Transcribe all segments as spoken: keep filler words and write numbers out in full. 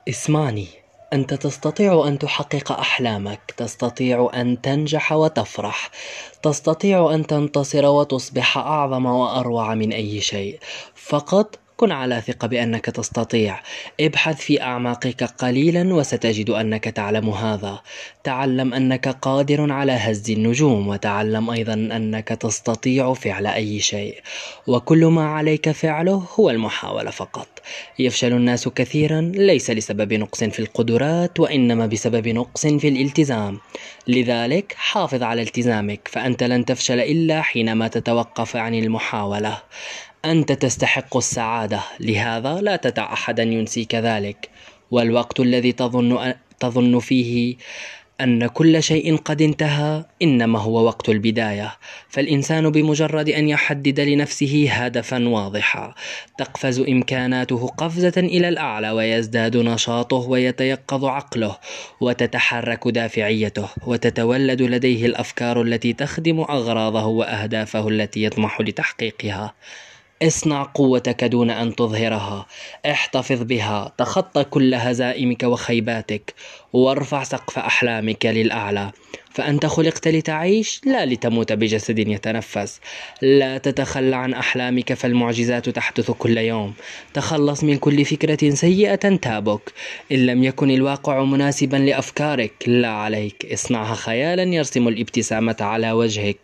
اسمعني، أنت تستطيع أن تحقق أحلامك، تستطيع أن تنجح وتفرح، تستطيع أن تنتصر وتصبح أعظم وأروع من أي شيء. فقط كن على ثقة بأنك تستطيع. ابحث في أعماقك قليلا وستجد أنك تعلم هذا. تعلم أنك قادر على هز النجوم، وتعلم أيضا أنك تستطيع فعل أي شيء، وكل ما عليك فعله هو المحاولة فقط. يفشل الناس كثيرا ليس لسبب نقص في القدرات، وإنما بسبب نقص في الالتزام. لذلك حافظ على التزامك، فأنت لن تفشل إلا حينما تتوقف عن المحاولة. أنت تستحق السعادة، لهذا لا تدع أحدا ينسيك ذلك. والوقت الذي تظن تظن فيه أن كل شيء قد انتهى إنما هو وقت البداية. فالإنسان بمجرد أن يحدد لنفسه هدفا واضحا تقفز إمكاناته قفزة إلى الأعلى، ويزداد نشاطه ويتيقظ عقله، وتتحرك دافعيته، وتتولد لديه الأفكار التي تخدم أغراضه وأهدافه التي يطمح لتحقيقها. اصنع قوتك دون أن تظهرها، احتفظ بها، تخطى كل هزائمك وخيباتك، وارفع سقف أحلامك للأعلى. فأنت خلقت لتعيش، لا لتموت بجسد يتنفس. لا تتخلى عن أحلامك، فالمعجزات تحدث كل يوم. تخلص من كل فكرة سيئة تابك. إن لم يكن الواقع مناسبا لأفكارك، لا عليك، اصنعها خيالا يرسم الابتسامة على وجهك.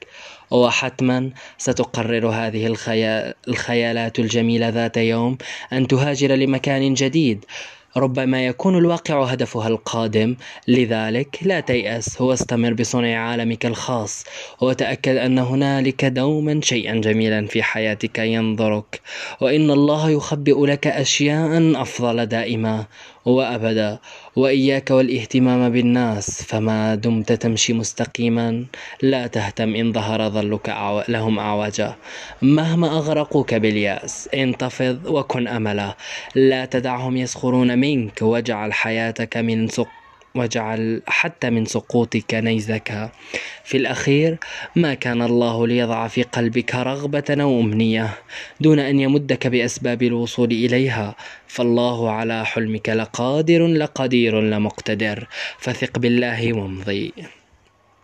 وحتما ستقرر هذه الخيال الخيالات الجميلة ذات يوم أن تهاجر لمكان جديد، ربما يكون الواقع هدفها القادم. لذلك لا تيأس، واستمر بصنع عالمك الخاص، وتأكد أن هنالك دوما شيئا جميلا في حياتك ينظرك، وإن الله يخبئ لك أشياء أفضل دائما وأبدا. وإياك والاهتمام بالناس، فما دمت تمشي مستقيما لا تهتم إن ظهر ظلك أعو... لهم أعوجا. مهما أغرقوك باليأس انتفض وكن أملا. لا تدعهم يسخرون منك، واجعل حياتك من سق واجعل حتى من سقوطك نيزك. في الأخير، ما كان الله ليضع في قلبك رغبة أو أمنية دون أن يمدك بأسباب الوصول إليها. فالله على حلمك لقادر لقدير لمقتدر، فثق بالله وامضي.